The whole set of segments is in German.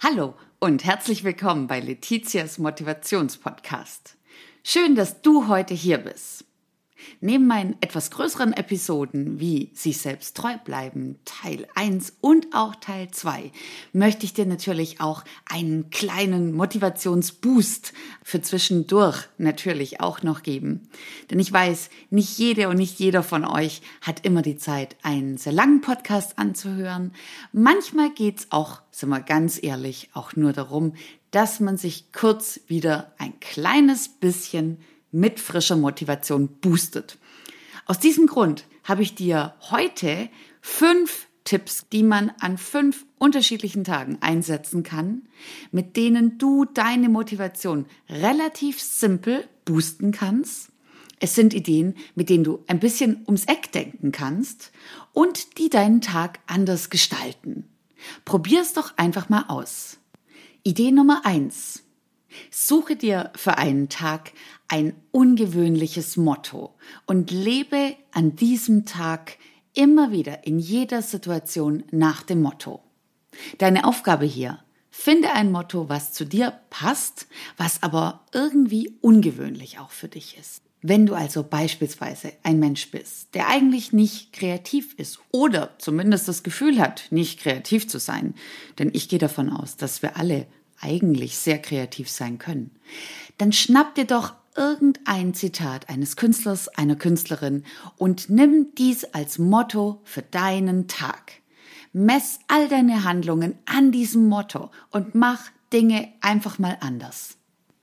Hallo und herzlich willkommen bei Letizias Motivationspodcast. Schön, dass du heute hier bist. Neben meinen etwas größeren Episoden wie Sich selbst treu bleiben, Teil 1 und auch Teil 2, möchte ich dir natürlich auch einen kleinen Motivationsboost für zwischendurch natürlich auch noch geben. Denn ich weiß, nicht jede und nicht jeder von euch hat immer die Zeit, einen sehr langen Podcast anzuhören. Manchmal geht's auch, sind wir ganz ehrlich, auch nur darum, dass man sich kurz wieder ein kleines bisschen mit frischer Motivation boostet. Aus diesem Grund habe ich dir heute 5 Tipps, die man an 5 unterschiedlichen Tagen einsetzen kann, mit denen du deine Motivation relativ simpel boosten kannst. Es sind Ideen, mit denen du ein bisschen ums Eck denken kannst und die deinen Tag anders gestalten. Probier's doch einfach mal aus. Idee Nummer 1. Suche dir für einen Tag ein ungewöhnliches Motto und lebe an diesem Tag immer wieder in jeder Situation nach dem Motto. Deine Aufgabe hier: Finde ein Motto, was zu dir passt, was aber irgendwie ungewöhnlich auch für dich ist. Wenn du also beispielsweise ein Mensch bist, der eigentlich nicht kreativ ist oder zumindest das Gefühl hat, nicht kreativ zu sein, denn ich gehe davon aus, dass wir alle eigentlich sehr kreativ sein können, dann schnapp dir doch irgendein Zitat eines Künstlers, einer Künstlerin und nimm dies als Motto für deinen Tag. Mess all deine Handlungen an diesem Motto und mach Dinge einfach mal anders.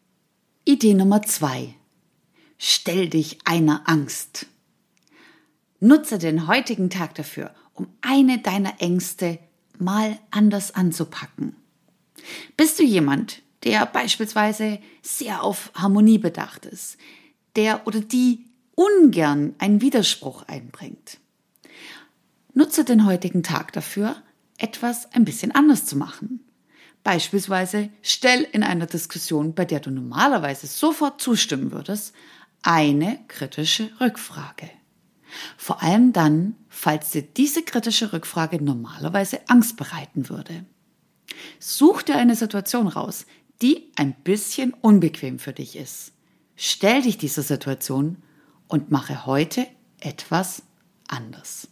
Idee Nummer 2. Stell dich einer Angst. Nutze den heutigen Tag dafür, um eine deiner Ängste mal anders anzupacken. Bist du jemand, der beispielsweise sehr auf Harmonie bedacht ist, der oder die ungern einen Widerspruch einbringt? Nutze den heutigen Tag dafür, etwas ein bisschen anders zu machen. Beispielsweise stell in einer Diskussion, bei der du normalerweise sofort zustimmen würdest, eine kritische Rückfrage. Vor allem dann, falls dir diese kritische Rückfrage normalerweise Angst bereiten würde. Such dir eine Situation raus, die ein bisschen unbequem für dich ist. Stell dich dieser Situation und mache heute etwas anders.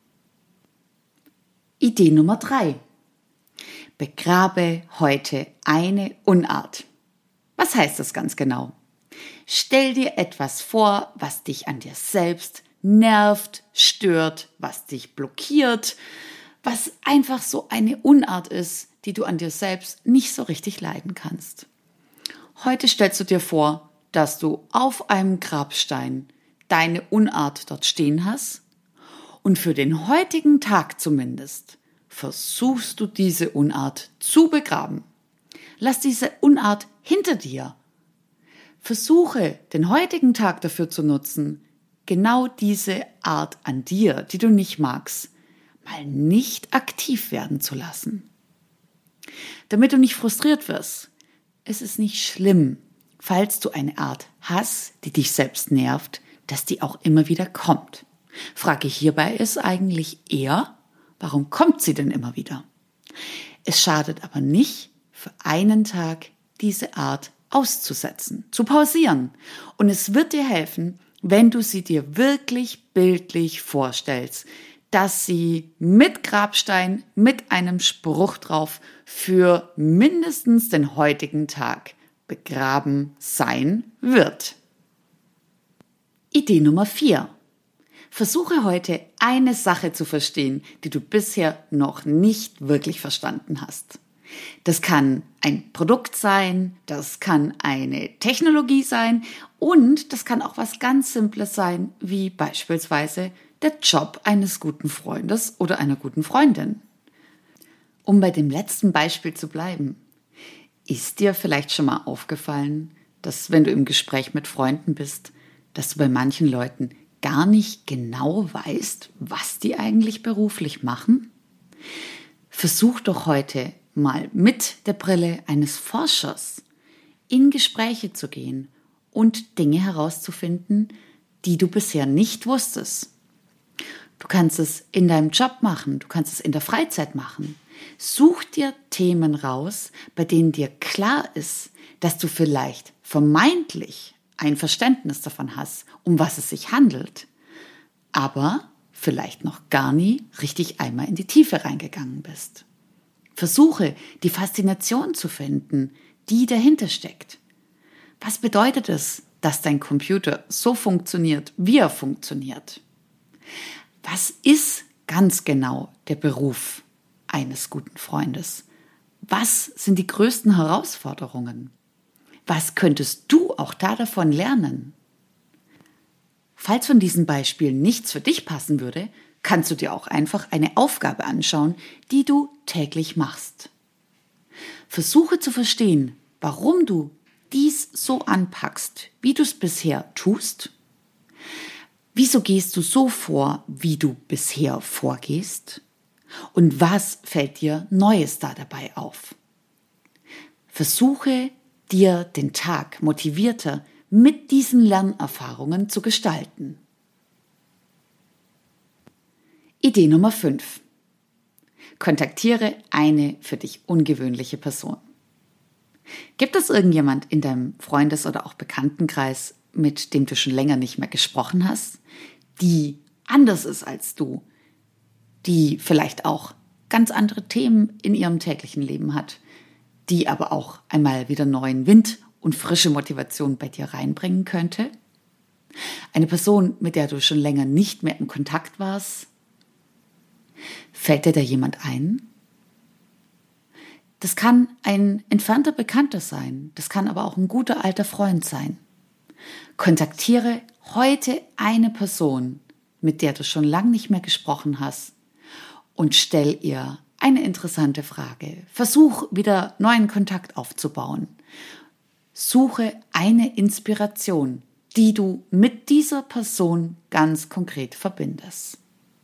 Idee Nummer 3. Begrabe heute eine Unart. Was heißt das ganz genau? Stell dir etwas vor, was dich an dir selbst nervt, stört, was dich blockiert, was einfach so eine Unart ist, die du an dir selbst nicht so richtig leiden kannst. Heute stellst du dir vor, dass du auf einem Grabstein deine Unart dort stehen hast und für den heutigen Tag zumindest versuchst du diese Unart zu begraben. Lass diese Unart hinter dir. Versuche den heutigen Tag dafür zu nutzen, genau diese Art an dir, die du nicht magst, mal nicht aktiv werden zu lassen. Damit du nicht frustriert wirst, ist es nicht schlimm, falls du eine Art hast, die dich selbst nervt, dass die auch immer wieder kommt. Frage hierbei ist eigentlich eher, warum kommt sie denn immer wieder? Es schadet aber nicht, für einen Tag diese Art auszusetzen, zu pausieren. Und es wird dir helfen, wenn du sie dir wirklich bildlich vorstellst, dass sie mit Grabstein, mit einem Spruch drauf für mindestens den heutigen Tag begraben sein wird. Idee Nummer 4. Versuche heute eine Sache zu verstehen, die du bisher noch nicht wirklich verstanden hast. Das kann ein Produkt sein, das kann eine Technologie sein und das kann auch was ganz Simples sein, wie beispielsweise der Job eines guten Freundes oder einer guten Freundin. Um bei dem letzten Beispiel zu bleiben, ist dir vielleicht schon mal aufgefallen, dass wenn du im Gespräch mit Freunden bist, dass du bei manchen Leuten gar nicht genau weißt, was die eigentlich beruflich machen? Versuch doch heute mal mit der Brille eines Forschers in Gespräche zu gehen und Dinge herauszufinden, die du bisher nicht wusstest. Du kannst es in deinem Job machen, du kannst es in der Freizeit machen. Such dir Themen raus, bei denen dir klar ist, dass du vielleicht vermeintlich ein Verständnis davon hast, um was es sich handelt, aber vielleicht noch gar nie richtig einmal in die Tiefe reingegangen bist. Versuche, die Faszination zu finden, die dahinter steckt. Was bedeutet es, dass dein Computer so funktioniert, wie er funktioniert? Was ist ganz genau der Beruf eines guten Freundes? Was sind die größten Herausforderungen? Was könntest du auch davon lernen? Falls von diesen Beispielen nichts für dich passen würde, kannst du dir auch einfach eine Aufgabe anschauen, die du täglich machst. Versuche zu verstehen, warum du dies so anpackst, wie du es bisher tust. Wieso gehst du so vor, wie du bisher vorgehst? Und was fällt dir Neues da dabei auf? Versuche dir den Tag motivierter mit diesen Lernerfahrungen zu gestalten. Idee Nummer 5. Kontaktiere eine für dich ungewöhnliche Person. Gibt es irgendjemand in deinem Freundes- oder auch Bekanntenkreis, mit dem du schon länger nicht mehr gesprochen hast, die anders ist als du, die vielleicht auch ganz andere Themen in ihrem täglichen Leben hat, die aber auch einmal wieder neuen Wind und frische Motivation bei dir reinbringen könnte? Eine Person, mit der du schon länger nicht mehr in Kontakt warst? Fällt dir da jemand ein? Das kann ein entfernter Bekannter sein, das kann aber auch ein guter alter Freund sein. Kontaktiere heute eine Person, mit der du schon lange nicht mehr gesprochen hast, und stell ihr eine interessante Frage. Versuch wieder neuen Kontakt aufzubauen. Suche eine Inspiration, die du mit dieser Person ganz konkret verbindest.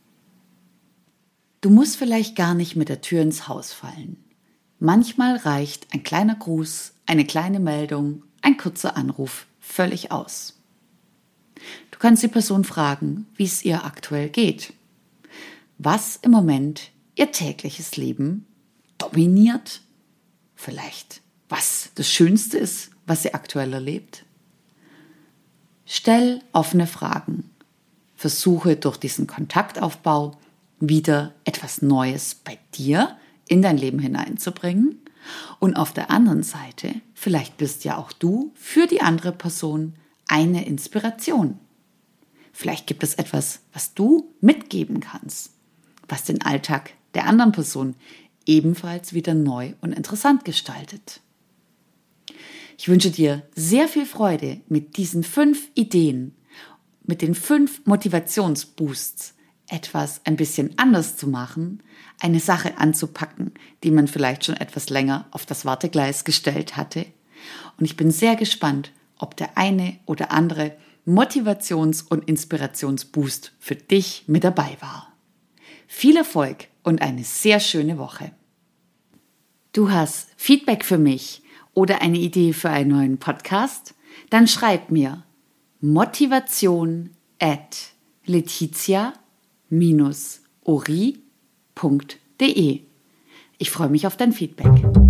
Du musst vielleicht gar nicht mit der Tür ins Haus fallen. Manchmal reicht ein kleiner Gruß, eine kleine Meldung, ein kurzer Anruf völlig aus. Du kannst die Person fragen, wie es ihr aktuell geht, was im Moment ihr tägliches Leben dominiert, vielleicht was das Schönste ist, was sie aktuell erlebt. Stell offene Fragen. Versuche durch diesen Kontaktaufbau wieder etwas Neues bei dir in dein Leben hineinzubringen. Und auf der anderen Seite, vielleicht bist ja auch du für die andere Person eine Inspiration. Vielleicht gibt es etwas, was du mitgeben kannst, was den Alltag der anderen Person ebenfalls wieder neu und interessant gestaltet. Ich wünsche dir sehr viel Freude mit diesen 5 Ideen, mit den 5 Motivationsboosts, etwas ein bisschen anders zu machen, eine Sache anzupacken, die man vielleicht schon etwas länger auf das Wartegleis gestellt hatte. Und ich bin sehr gespannt, ob der eine oder andere Motivations- und Inspirationsboost für dich mit dabei war. Viel Erfolg und eine sehr schöne Woche. Du hast Feedback für mich oder eine Idee für einen neuen Podcast? Dann schreib mir motivation@letizia-ori.de. Ich freue mich auf dein Feedback.